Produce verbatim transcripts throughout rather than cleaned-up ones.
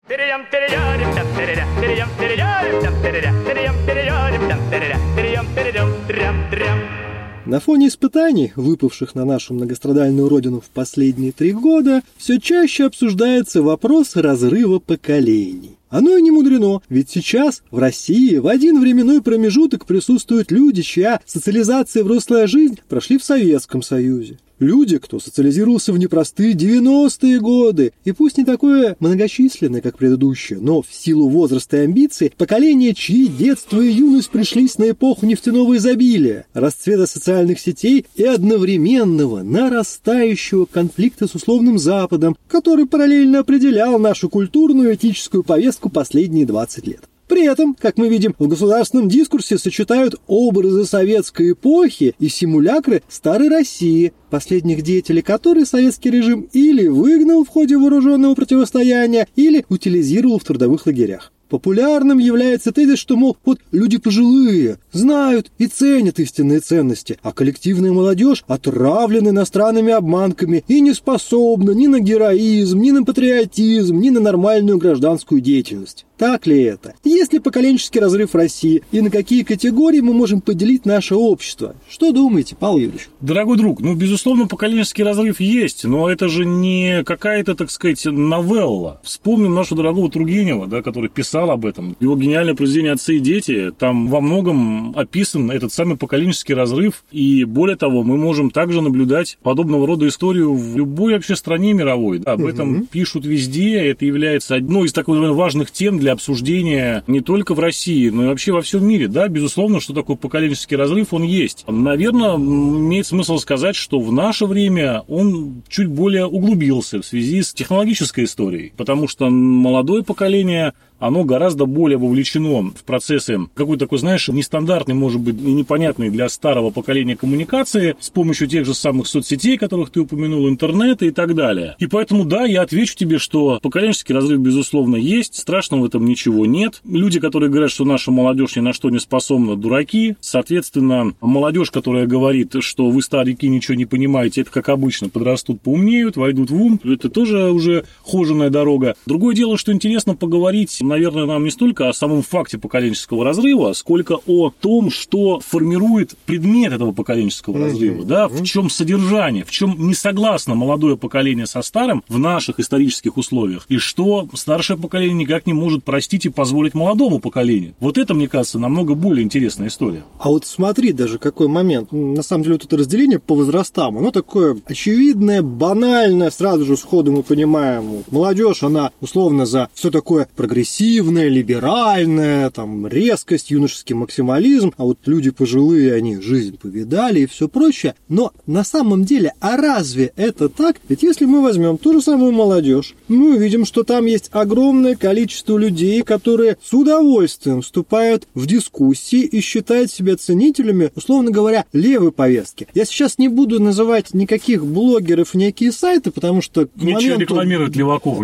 На фоне испытаний, выпавших на нашу многострадальную родину в последние три года, все чаще обсуждается вопрос разрыва поколений. Оно и не мудрено, ведь сейчас в России в один временной промежуток присутствуют люди, чья социализация и взрослая жизнь прошли в Советском Союзе. Люди, кто социализировался в непростые девяностые годы, и пусть не такое многочисленное, как предыдущее, но в силу возраста и амбиций, поколение, чьи детство и юность пришлись на эпоху нефтяного изобилия, расцвета социальных сетей и одновременного нарастающего конфликта с условным Западом, который параллельно определял нашу культурную и этическую повестку последние двадцать лет. При этом, как мы видим, в государственном дискурсе сочетают образы советской эпохи и симулякры старой России, последних деятелей которой советский режим или выгнал в ходе вооруженного противостояния, или утилизировал в трудовых лагерях. Популярным является тезис, что, мол, вот люди пожилые, знают и ценят истинные ценности, а коллективная молодежь отравлена иностранными обманками и не способна ни на героизм, ни на патриотизм, ни на нормальную гражданскую деятельность. Так ли это? Есть ли поколенческий разрыв в России? И на какие категории мы можем поделить наше общество? Что думаете, Павел Юрьевич? Дорогой друг, ну, безусловно, поколенческий разрыв есть, но это же не какая-то, так сказать, новелла. Вспомним нашего дорогого Тургенева, да, который писал об этом. Его гениальное произведение «Отцы и дети», там во многом описан этот самый поколенческий разрыв, и более того, мы можем также наблюдать подобного рода историю в любой вообще стране мировой. Да, об угу. этом пишут везде, это является одной из таких важных тем для обсуждения не только в России, но и вообще во всем мире. Да, безусловно, что такое поколенческий разрыв, он есть. Наверное, имеет смысл сказать, что в наше время он чуть более углубился в связи с технологической историей, потому что молодое поколение, оно гораздо более вовлечено в процессы какой-то такой, знаешь, нестандартный, может быть, и непонятный для старого поколения коммуникации с помощью тех же самых соцсетей, которых ты упомянул, интернета и так далее. И поэтому, да, я отвечу тебе, что поколенческий разрыв, безусловно, есть, страшного в этом ничего нет. Люди, которые говорят, что наша молодежь ни на что не способна, дураки. Соответственно, молодежь, которая говорит, что вы, старики, ничего не понимаете, это, как обычно, подрастут, поумнеют, войдут в ум, это тоже уже хоженая дорога. Другое дело, что интересно поговорить, наверное, нам не столько о самом факте поколенческого разрыва, сколько о том, что формирует предмет этого поколенческого mm-hmm. разрыва, да, в чем содержание, в чем не согласно молодое поколение со старым в наших исторических условиях, и что старшее поколение никак не может простить и позволить молодому поколению. Вот это, мне кажется, намного более интересная история. А вот смотри даже какой момент. На самом деле вот это разделение по возрастам, оно такое очевидное, банальное, сразу же сходу мы понимаем, молодежь, она условно за все такое прогрессивное, либеральное, там, резкость, юношеский максимализм, а вот люди пожилые, они жизнь повидали и все прочее. Но на самом деле, а разве это так? Ведь если мы возьмем ту же самую молодежь, мы увидим, что там есть огромное количество людей, которые с удовольствием вступают в дискуссии и считают себя ценителями, условно говоря, левой повестки. Я сейчас не буду называть никаких блогеров, никакие сайты, потому что... Ничего моменту... рекламируют леваков.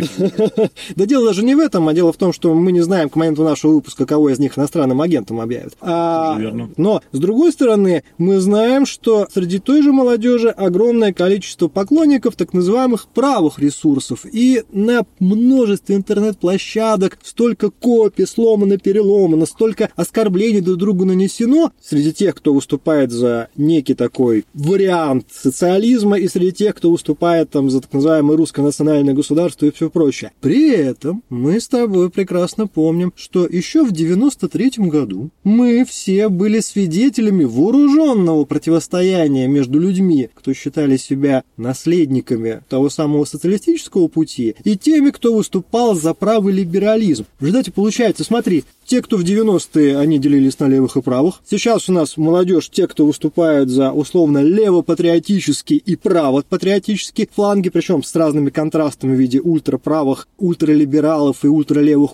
Да дело даже не в этом, а дело в том, что мы не знаем к моменту нашего выпуска, кого из них иностранным агентом объявят. А... Но, с другой стороны, мы знаем, что среди той же молодежи огромное количество поклонников так называемых правых ресурсов. И на множестве интернет-площадок столько копий сломано-переломано, столько оскорблений друг другу нанесено среди тех, кто выступает за некий такой вариант социализма, и среди тех, кто выступает там за так называемое русское национальное государство и все прочее. При этом мы с тобой прекрасно помним, что еще в девяносто третьем году мы все были свидетелями вооруженного противостояния между людьми, кто считали себя наследниками того самого социалистического пути, и теми, кто выступал за правый либерализм. В результате получается, смотри, те, кто в девяностые, они делились на левых и правых. Сейчас у нас молодежь, те, кто выступают за условно левопатриотический и правопатриотический фланги, причем с разными контрастами в виде ультраправых, ультралибералов и ультралевых,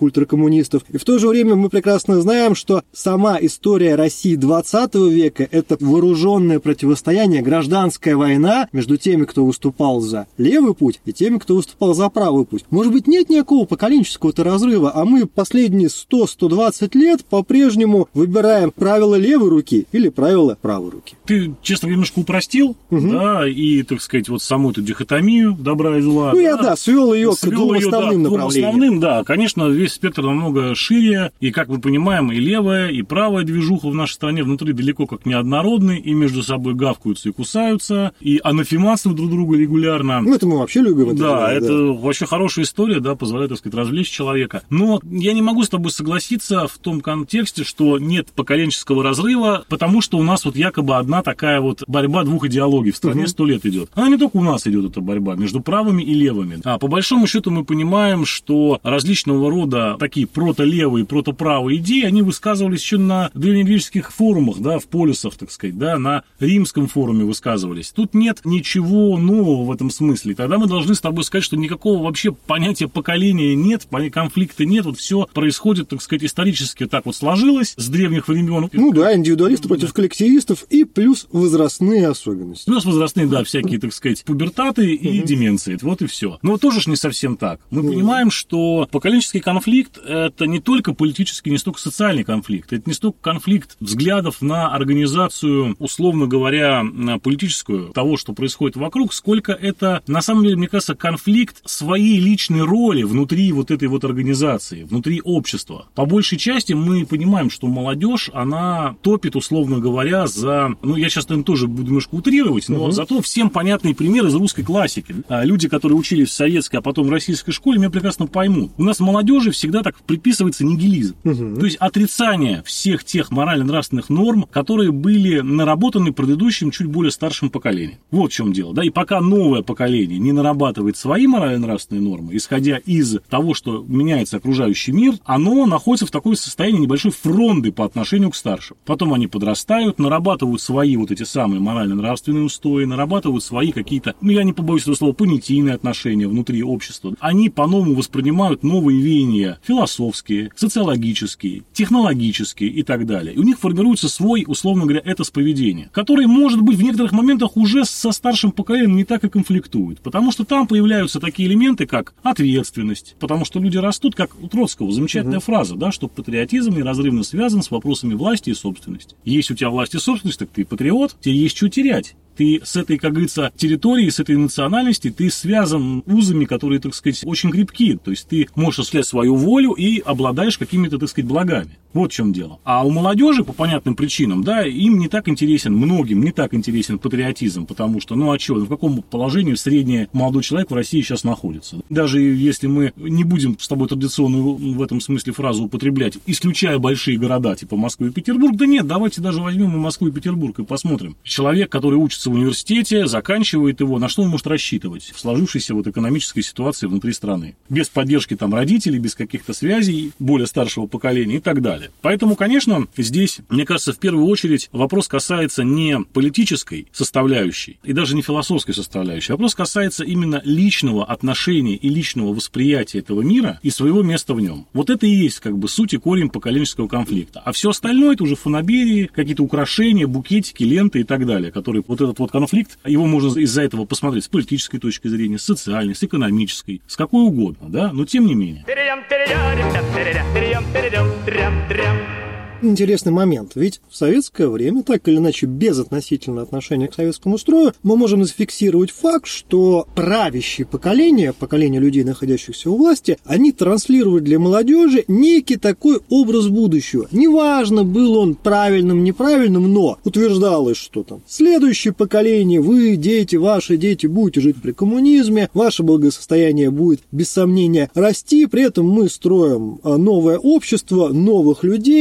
ультракоммунистов. И в то же время мы прекрасно знаем, что сама история России двадцатого века – это вооруженное противостояние, гражданская война между теми, кто выступал за левый путь, и теми, кто выступал за правый путь. Может быть, нет никакого поколенческого-то разрыва, а мы последние сто - сто двадцать лет по-прежнему выбираем правила левой руки или правила правой руки. Ты, честно говоря, немножко упростил, угу. да, и, так сказать, вот саму эту дихотомию добра и зла. Ну, да, я, да, свел ее свел к двум ее, основным да, направлениям. Основным, да, конечно, весь спектр намного шире, и, как мы понимаем, и левая, и правая движуха в нашей стране внутри далеко как неоднородны, и между собой гавкаются и кусаются, и анафематствуют друг друга регулярно. Ну, это мы вообще любим. Это да, делать, это да. вообще хорошая история, да, позволяет, так сказать, развлечь человека. Но я не могу с тобой согласиться в том контексте, что нет поколенческого разрыва, потому что у нас вот якобы одна такая вот борьба двух идеологий в стране сто лет идет. Она не только у нас идет, эта борьба между правыми и левыми. А по большому счету мы понимаем, что различного рода такие протолевые, протоправые идеи, они высказывались еще на древнегреческих форумах, да, в полисах, так сказать, да, на римском форуме высказывались. Тут нет ничего нового в этом смысле. Тогда мы должны с тобой сказать, что никакого вообще понятия поколения нет, конфликта нет, вот все происходит, так сказать, исторически так вот сложилось с древних времен. Ну да, индивидуалисты против коллективистов и плюс возрастные особенности. Плюс возрастные, да, всякие, так сказать, пубертаты и угу. деменции. Вот и все. Но тоже ж не совсем так. Мы угу. понимаем, что поколенческий конфликт – это не только политический, не столько социальный конфликт. Это не столько конфликт взглядов на организацию, условно говоря, политическую, того, что происходит вокруг, сколько это, на самом деле, мне кажется, конфликт своей личной роли внутри вот этой вот организации, внутри общества. По большей части мы понимаем, что молодежь, она топит, условно говоря, за... Ну, я сейчас, наверное, тоже буду немножко утрировать, но угу. зато всем понятный пример из русской классики. Люди, которые учились в советской, а потом в российской школе, меня прекрасно поймут. У нас молодежи всегда так приписывается нигилизм. Угу. То есть отрицание всех тех морально-нравственных норм, которые были наработаны предыдущим, чуть более старшим поколением. Вот в чем дело. Да? И пока новое поколение не нарабатывает свои морально-нравственные нормы, исходя из того, что меняется окружающий мир, оно находится в такой состоянии небольшой фронды по отношению к старшим. Потом они подрастают, нарабатывают свои вот эти самые морально-нравственные устои, нарабатывают свои какие-то, ну я не побоюсь этого слова, понятийные отношения внутри общества. Они по-новому воспринимают новые веяния философские, социологические, технологические и так далее. И у них формируется свой, условно говоря, этос поведения, который, может быть, в некоторых моментах уже со старшим поколением не так и конфликтует. Потому что там появляются такие элементы, как ответственность. Потому что люди растут, как у Троцкого, замечательная угу. фраза, да, что патриотизм неразрывно связан с вопросами власти и собственности. Есть у тебя власть и собственность, так ты патриот, тебе есть что терять. Ты с этой, как говорится, территорией, с этой национальностью, ты связан узами, которые, так сказать, очень крепки. То есть ты можешь осуществлять свою волю и обладаешь какими-то, так сказать, благами. Вот в чем дело. А у молодежи, по понятным причинам, да, им не так интересен, многим не так интересен патриотизм, потому что, ну а что, в каком положении средний молодой человек в России сейчас находится? Даже если мы не будем с тобой традиционную в этом смысле фразу употреблять, исключая большие города, типа Москвы и Петербург, да нет, давайте даже возьмем и Москву и Петербург и посмотрим. Человек, который учится в университете, заканчивает его, на что он может рассчитывать в сложившейся вот экономической ситуации внутри страны? Без поддержки там родителей, без каких-то связей более старшего поколения и так далее. Поэтому, конечно, здесь, мне кажется, в первую очередь вопрос касается не политической составляющей и даже не философской составляющей. Вопрос касается именно личного отношения и личного восприятия этого мира и своего места в нем. Вот это и есть как бы суть и корень поколенческого конфликта. А все остальное это уже фанаберии, какие-то украшения, букетики, ленты и так далее, которые вот этот вот конфликт, его можно из-за этого посмотреть с политической точки зрения, с социальной, с экономической, с какой угодно, да, но тем не менее. Интересный момент, ведь в советское время, так или иначе, безотносительно отношения к советскому строю, мы можем зафиксировать факт, что правящее поколение, поколение людей, находящихся у власти, они транслируют для молодежи некий такой образ будущего. Неважно, был он правильным, неправильным, но утверждалось, что там следующее поколение, вы, дети, ваши дети, будете жить при коммунизме, ваше благосостояние будет, без сомнения, расти, при этом мы строим новое общество, новых людей, и, соответственно,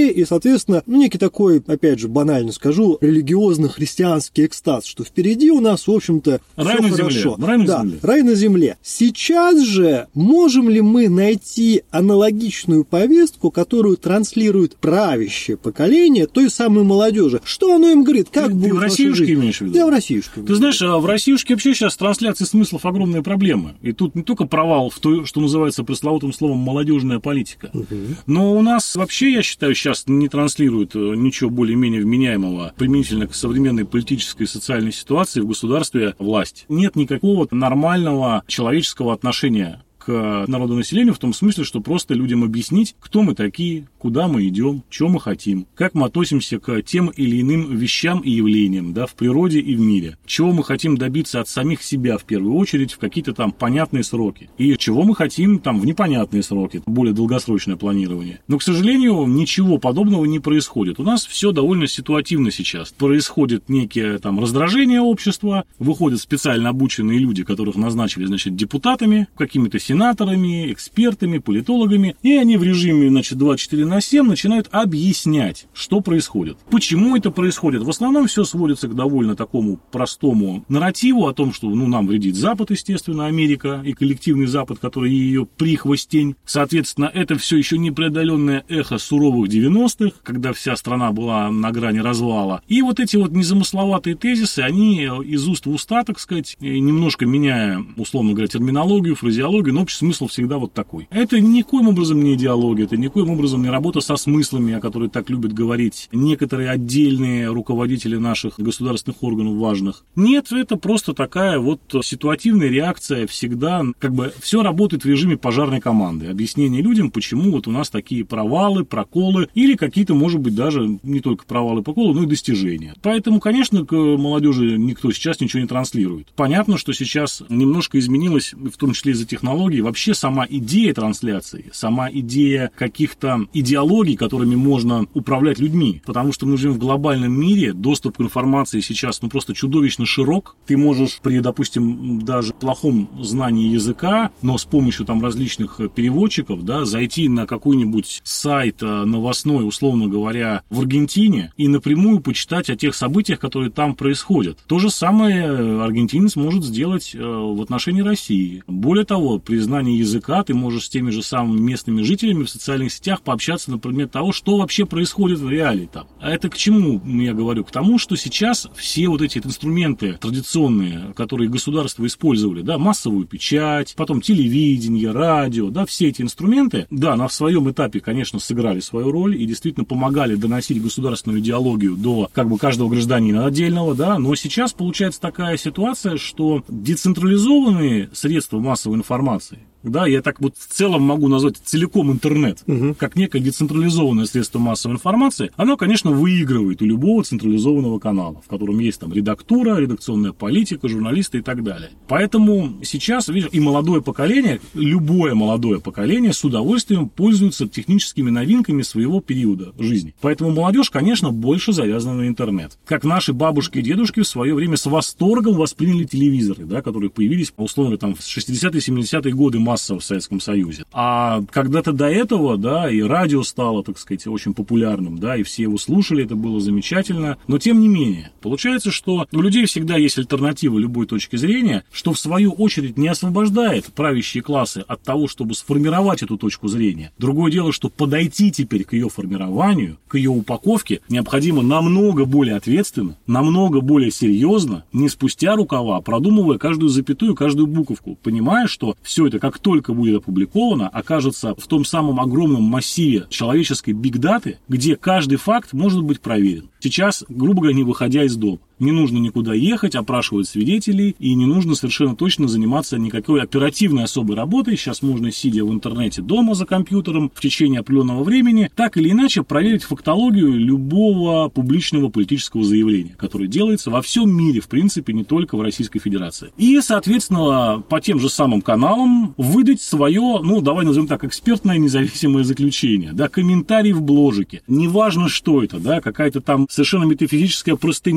соответственно, некий такой, опять же, банально скажу, религиозно-христианский экстаз, что впереди у нас, в общем-то, рай все на хорошо. Земле. Рай на да, земле. Рай на земле. Сейчас же можем ли мы найти аналогичную повестку, которую транслирует правящее поколение той самой молодежи? Что оно им говорит? Как ты, будет ты в Россиюшке имеешь в виду? Да, в Россиюшке. Ты знаешь, в Россиюшке вообще сейчас с трансляцией смыслов огромная проблема. И тут не только провал в то, что называется пресловутым словом молодежная политика, угу. но у нас вообще, я считаю, сейчас не транслируют ничего более-менее вменяемого применительно к современной политической и социальной ситуации в государстве власть. Нет никакого нормального человеческого отношения к народонаселению в том смысле, что просто людям объяснить, кто мы такие, куда мы идем, что мы хотим, как мы относимся к тем или иным вещам и явлениям, да, в природе и в мире, чего мы хотим добиться от самих себя в первую очередь в какие-то там понятные сроки, и чего мы хотим там в непонятные сроки, более долгосрочное планирование. Но, к сожалению, ничего подобного не происходит. У нас все довольно ситуативно сейчас. Происходит некие там раздражение общества, выходят специально обученные люди, которых назначили, значит, депутатами, какими-то сенаторами, экспертами, политологами, и они в режиме, значит, двадцать четыре на семь начинают объяснять, что происходит. Почему это происходит? В основном все сводится к довольно такому простому нарративу о том, что, ну, нам вредит Запад, естественно, Америка и коллективный Запад, который ее прихвостень. Соответственно, это все еще непреодоленное эхо суровых девяностых, когда вся страна была на грани развала. И вот эти вот незамысловатые тезисы, они из уст в уста, так сказать, немножко меняя, условно говоря, терминологию, фразеологию, но общий смысл всегда вот такой. Это никоим образом не идеология, это никоим образом не работа со смыслами, о которой так любят говорить некоторые отдельные руководители наших государственных органов важных. Нет, это просто такая вот ситуативная реакция всегда, как бы все работает в режиме пожарной команды. Объяснение людям, почему вот у нас такие провалы, проколы, или какие-то, может быть, даже не только провалы, проколы, но и достижения. Поэтому, конечно, к молодежи никто сейчас ничего не транслирует. Понятно, что сейчас немножко изменилось, в том числе из-за технологий, вообще сама идея трансляции, сама идея каких-то идеологий, которыми можно управлять людьми. Потому что мы живем в глобальном мире, доступ к информации сейчас ну, просто чудовищно широк. Ты можешь при, допустим, даже плохом знании языка, но с помощью там различных переводчиков, да, зайти на какой-нибудь сайт новостной, условно говоря, в Аргентине и напрямую почитать о тех событиях, которые там происходят. То же самое аргентинец может сделать в отношении России. Более того, при знании языка ты можешь с теми же самыми местными жителями в социальных сетях пообщаться на предмет того, что вообще происходит в реалии там. А это к чему я говорю? К тому, что сейчас все вот эти инструменты традиционные, которые государства использовали, да, массовую печать, потом телевидение, радио, да, все эти инструменты, да, на своем этапе, конечно, сыграли свою роль и действительно помогали доносить государственную идеологию до как бы каждого гражданина отдельного, да, но сейчас получается такая ситуация, что децентрализованные средства массовой информации, да, я так вот в целом могу назвать целиком интернет, угу. как некое децентрализованное средство массовой информации, оно, конечно, выигрывает у любого централизованного канала, в котором есть там редактура, редакционная политика, журналисты и так далее. Поэтому сейчас, видишь, и молодое поколение, любое молодое поколение с удовольствием пользуется техническими новинками своего периода жизни. Поэтому молодежь, конечно, больше завязана на интернет. Как наши бабушки и дедушки в свое время с восторгом восприняли телевизоры, да, которые появились, условно, там, в шестидесятые семидесятые годы массово в Советском Союзе. А когда-то до этого, да, и радио стало, так сказать, очень популярным, да, и все его слушали, это было замечательно. Но тем не менее, получается, что у людей всегда есть альтернатива любой точки зрения, что в свою очередь не освобождает правящие классы от того, чтобы сформировать эту точку зрения. Другое дело, что подойти теперь к ее формированию, к ее упаковке необходимо намного более ответственно, намного более серьезно, не спустя рукава, а продумывая каждую запятую, каждую буковку, понимая, что все это как только будет опубликовано, окажется в том самом огромном массиве человеческой бигдаты, где каждый факт может быть проверен. Сейчас, грубо говоря, не выходя из дома. Не нужно никуда ехать, опрашивать свидетелей, и не нужно совершенно точно заниматься никакой оперативной особой работой. Сейчас можно, сидя в интернете дома за компьютером в течение определенного времени, так или иначе проверить фактологию любого публичного политического заявления, которое делается во всем мире, в принципе, не только в Российской Федерации. И, соответственно, по тем же самым каналам выдать свое, ну, давай назовем так, экспертное независимое заключение, да, комментарий в бложике. Неважно, что это, да, какая-то там совершенно метафизическая простыня на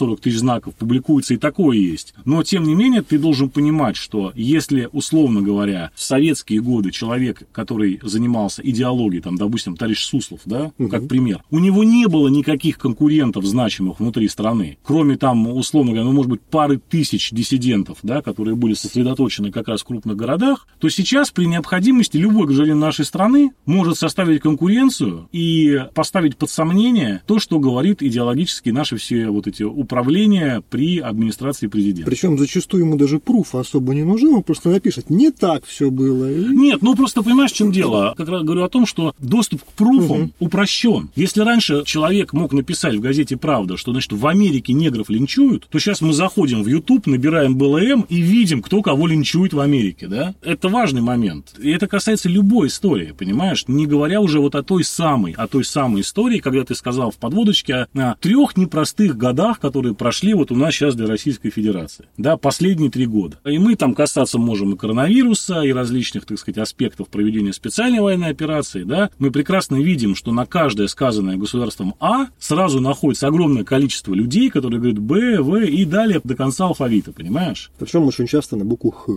сорок тысяч знаков публикуется, и такое есть. Но, тем не менее, ты должен понимать, что если, условно говоря, в советские годы человек, который занимался идеологией, там, допустим, товарищ Суслов, да, угу. как пример, у него не было никаких конкурентов значимых внутри страны, кроме там, условно говоря, ну, может быть, пары тысяч диссидентов, да, которые были сосредоточены как раз в крупных городах, то сейчас при необходимости любой гражданин нашей страны может составить конкуренцию и поставить под сомнение то, что говорит идеологически наши все вот эти управления при администрации президента. Причем зачастую ему даже пруфа особо не нужны, он просто напишет, не так все было. Нет, ну просто понимаешь, в чем дело? Как раз говорю о том, что доступ к пруфам угу. упрощен. Если раньше человек мог написать в газете «Правда», что, значит, в Америке негров линчуют, то сейчас мы заходим в YouTube, набираем бэ эл эм и видим, кто кого линчует в Америке, да? Это важный момент. И это касается любой истории, понимаешь? Не говоря уже вот о той самой, о той самой истории, когда ты сказал в подводочке о, о трех непростых годах, которые прошли вот у нас сейчас для Российской Федерации, да, последние три года. И мы там касаться можем и коронавируса, и различных, так сказать, аспектов проведения специальной военной операции, да. Мы прекрасно видим, что на каждое сказанное государством А сразу находится огромное количество людей, которые говорят Б, В и далее до конца алфавита, понимаешь? Причем очень часто на букву Х.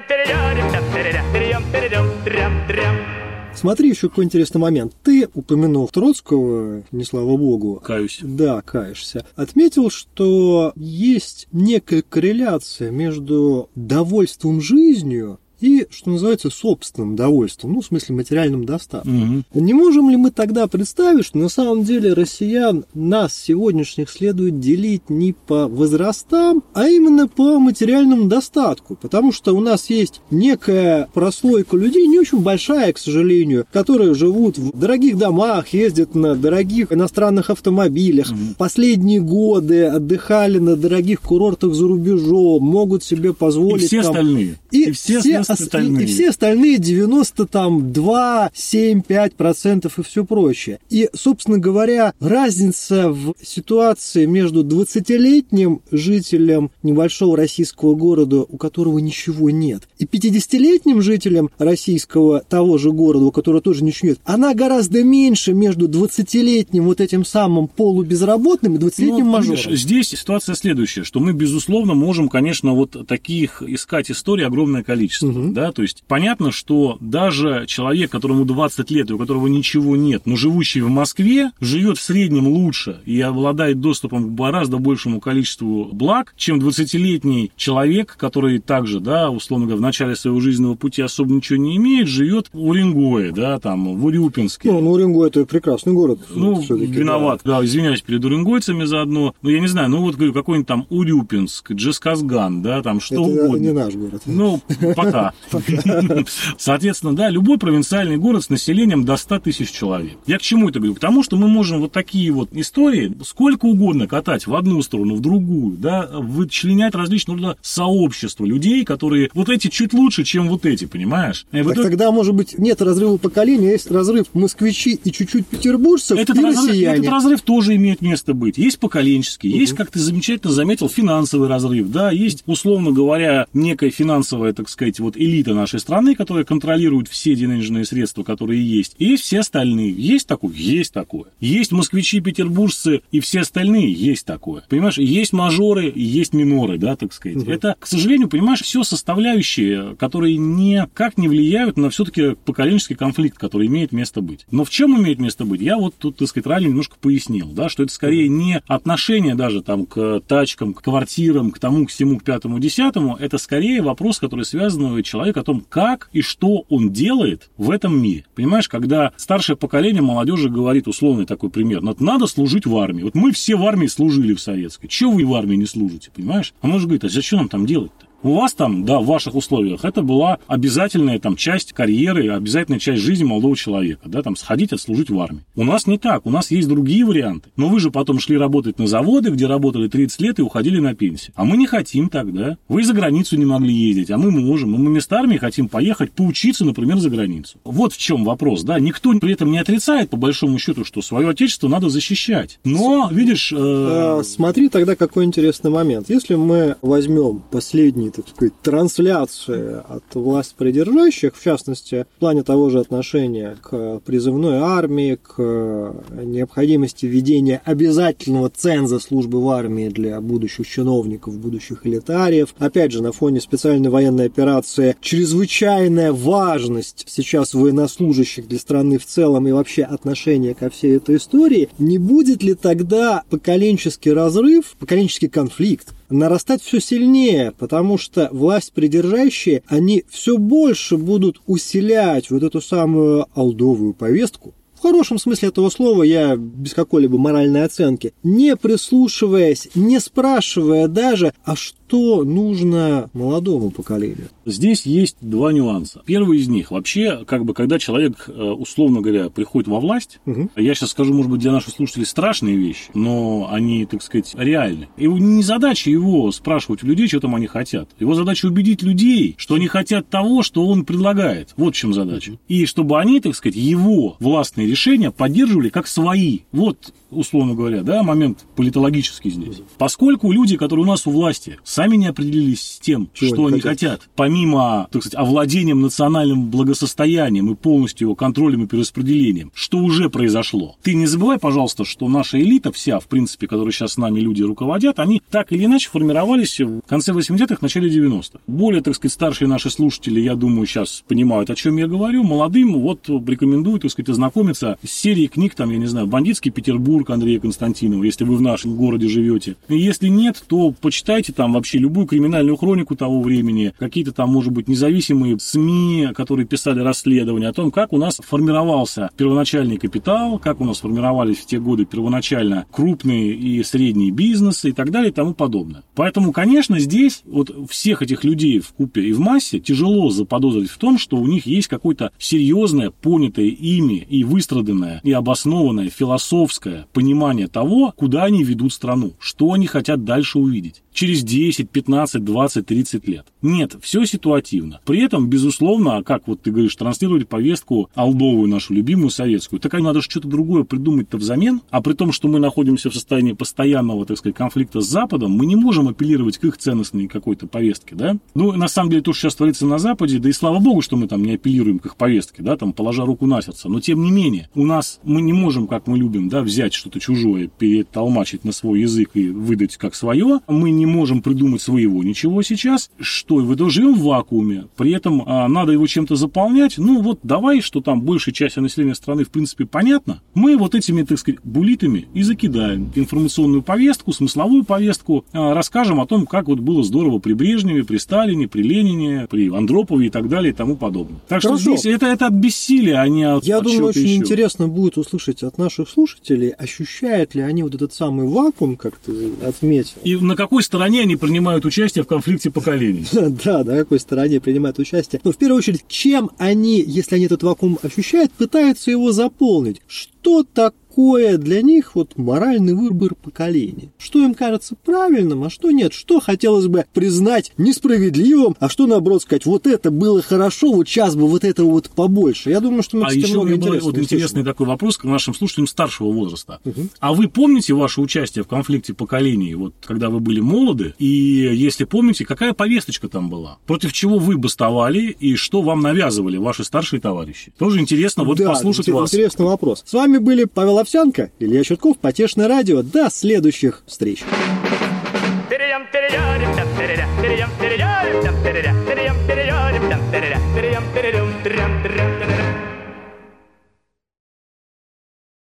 Смотри, еще какой интересный момент. Ты упомянул Троцкого, не слава богу. Каюсь. Да, каешься. Отметил, что есть некая корреляция между довольством жизнью и, что называется, собственным довольством, ну, в смысле, материальным достатком. Угу. Не можем ли мы тогда представить, что на самом деле россиян, нас сегодняшних, следует делить не по возрастам, а именно по материальному достатку? Потому что у нас есть некая прослойка людей, не очень большая, к сожалению, которые живут в дорогих домах, ездят на дорогих иностранных автомобилях, угу. последние годы отдыхали на дорогих курортах за рубежом, могут себе позволить... И все там... остальные. И, и все, все остальные. И, и все остальные девяносто два, семь, пять процентов и все прочее. И, собственно говоря, разница в ситуации между двадцатилетним жителем небольшого российского города, у которого ничего нет, и пятидесятилетним жителем российского того же города, у которого тоже ничего нет, она гораздо меньше между двадцатилетним вот этим самым полубезработным и двадцатилетним ну, мажором. Видишь, здесь ситуация следующая, что мы, безусловно, можем, конечно, вот таких искать историй огромное количество. Угу. Да? То есть понятно, что даже человек, которому двадцать лет и у которого ничего нет, но живущий в Москве, живет в среднем лучше и обладает доступом к гораздо большему количеству благ, чем двадцатилетний человек, который также, да, условно говоря, в начале своего жизненного пути особо ничего не имеет, живет в Уренгое, да, там, в Урюпинске. Ну, ну Уренгой – это прекрасный город. Ну, виноват, да. да, извиняюсь перед уренгойцами заодно. Ну, я не знаю, ну вот, говорю, какой-нибудь там Урюпинск, Джесказган, да, там что это угодно. Не наш город. Ну, пока. Соответственно, да, любой провинциальный город с населением до ста тысяч человек. Я к чему это говорю? Потому что мы можем вот такие вот истории сколько угодно катать в одну сторону, в другую, да, вычленять различные сообщества людей, которые вот эти чуть лучше, чем вот эти, понимаешь? Так вот тогда, это... может быть, нет разрыва поколения, а есть разрыв москвичи и чуть-чуть петербуржцев этот и разрыв, россияне. Этот разрыв тоже имеет место быть. Есть поколенческий, угу. есть, как ты замечательно заметил, финансовый разрыв, да, есть, условно говоря, некая финансовая, так сказать, вот элита нашей страны, которая контролирует все денежные средства, которые есть. И есть все остальные. Есть такое? Есть такое. Есть москвичи, петербуржцы и все остальные? Есть такое. Понимаешь? Есть мажоры и есть миноры, да, так сказать. Угу. Это, к сожалению, понимаешь, все составляющие, которые никак не влияют на все-таки поколенческий конфликт, который имеет место быть. Но в чем имеет место быть? Я вот тут, так сказать, ранее немножко пояснил, да, что это скорее не отношение даже там к тачкам, к квартирам, к тому, к всему, к пятому, десятому. Это скорее вопрос, который связан человек о том, как и что он делает в этом мире. Понимаешь, когда старшее поколение молодежи говорит, условный такой пример, надо служить в армии. Вот мы все в армии служили в советской. Чего вы в армии не служите, понимаешь? А может говорит, а зачем нам там делать-то? У вас там, да, в ваших условиях, это была обязательная там часть карьеры, обязательная часть жизни молодого человека, да, там сходить отслужить в армии. У нас не так, у нас есть другие варианты. Но вы же потом шли работать на заводы, где работали тридцать лет и уходили на пенсию. А мы не хотим так, да. Вы за границу не могли ездить, а мы можем. Мы вместо армии хотим поехать поучиться, например, за границу. Вот в чем вопрос, да. Никто при этом не отрицает, по большому счету, что свое отечество надо защищать. Но, видишь... Э... Смотри тогда какой интересный момент. Если мы возьмем последние так сказать, трансляции от власть придержащих, в частности, в плане того же отношения к призывной армии, к необходимости введения обязательного ценза службы в армии для будущих чиновников, будущих элитариев. Опять же, на фоне специальной военной операции чрезвычайная важность сейчас военнослужащих для страны в целом и вообще отношение ко всей этой истории. Не будет ли тогда поколенческий разрыв, поколенческий конфликт нарастать все сильнее, потому что власть придержащие, они все больше будут усилять вот эту самую олдовую повестку. В хорошем смысле этого слова, я без какой-либо моральной оценки, не прислушиваясь, не спрашивая даже, а что нужно молодому поколению. Здесь есть два нюанса. Первый из них, вообще, как бы, когда человек, условно говоря, приходит во власть, угу. я сейчас скажу, может быть, для наших слушателей страшные вещи, но они, так сказать, реальны. И не задача его спрашивать у людей, что там они хотят. Его задача убедить людей, что они хотят того, что он предлагает. Вот в чем задача. И чтобы они, так сказать, его властные решения поддерживали как свои. Вот, условно говоря, да, момент политологический здесь. Поскольку люди, которые у нас у власти, сами не определились с тем, Чего что они хотят? хотят, помимо, так сказать, овладением национальным благосостоянием и полностью его контролем и перераспределением, что уже произошло. Ты не забывай, пожалуйста, что наша элита вся, в принципе, которая сейчас с нами люди руководят, они так или иначе формировались в конце восьмидесятых, начале девяностых. Более, так сказать, старшие наши слушатели, я думаю, сейчас понимают, о чем я говорю. Молодым вот рекомендую, так сказать, ознакомиться с серией книг, там, я не знаю, «Бандитский Петербург» Андрея Константинова, если вы в нашем городе живете. И если нет, то почитайте там вообще любую криминальную хронику того времени, какие-то там, может быть, независимые СМИ, которые писали расследования о том, как у нас формировался первоначальный капитал, как у нас формировались в те годы первоначально крупные и средние бизнесы и так далее и тому подобное. Поэтому, конечно, здесь вот всех этих людей в купе и в массе тяжело заподозрить в том, что у них есть какое-то серьезное, понятое ими и выстраданное и обоснованное философское понимание того, куда они ведут страну, что они хотят дальше увидеть через десять, пятнадцать, двадцать, тридцать лет. Нет, все ситуативно. При этом, безусловно, как вот ты говоришь, транслировать повестку олдовую, нашу любимую советскую, так надо же что-то другое придумать-то взамен, а при том, что мы находимся в состоянии постоянного, так сказать, конфликта с Западом, мы не можем апеллировать к их ценностной какой-то повестке, да? Ну, на самом деле, то, что сейчас творится на Западе, да и слава богу, что мы там не апеллируем к их повестке, да, там, положа руку на сердце, но тем не менее, у нас мы не можем, как мы любим, да, взять что-то чужое, перетолмачить на свой язык и выдать как свое, мы не можем придумать своего ничего сейчас, что в этом живем в вакууме, при этом а, надо его чем-то заполнять, ну вот давай, что там большая часть населения страны в принципе понятно, мы вот этими, так сказать, буллитами и закидаем информационную повестку, смысловую повестку, а, расскажем о том, как вот было здорово при Брежневе, при Сталине, при Ленине, при Андропове и так далее и тому подобное. Так Хорошо. Что здесь это, это от бессилия, а не от Я от думаю, очень еще. интересно будет услышать от наших слушателей, ощущают ли они вот этот самый вакуум, как ты отметил. И на какой стороне они принимают участие в конфликте поколений. Да, на какой стороне принимают участие. Но в первую очередь, чем они, если они этот вакуум ощущают, пытаются его заполнить? Что такое для них вот моральный выбор поколения? Что им кажется правильным, а что нет? Что хотелось бы признать несправедливым, а что, наоборот, сказать, вот это было хорошо, вот сейчас бы вот этого вот побольше? Я думаю, что мы, а кстати, еще много интересного. Вот интересный такой вопрос к нашим слушателям старшего возраста. Угу. А вы помните ваше участие в конфликте поколений, вот когда вы были молоды? И если помните, какая повесточка там была? Против чего вы бастовали и что вам навязывали ваши старшие товарищи? Тоже интересно вот да, послушать вас. Интересный вопрос. С вами были Павел Овсянко, Илья Чутков, Потешное радио. До следующих встреч. Перейдем, перейдем, перейдем, перейдем, перейдем, перейдем, перейдем, перейдем, перейдем, перейдем, перейдем, перейдем, перейдем.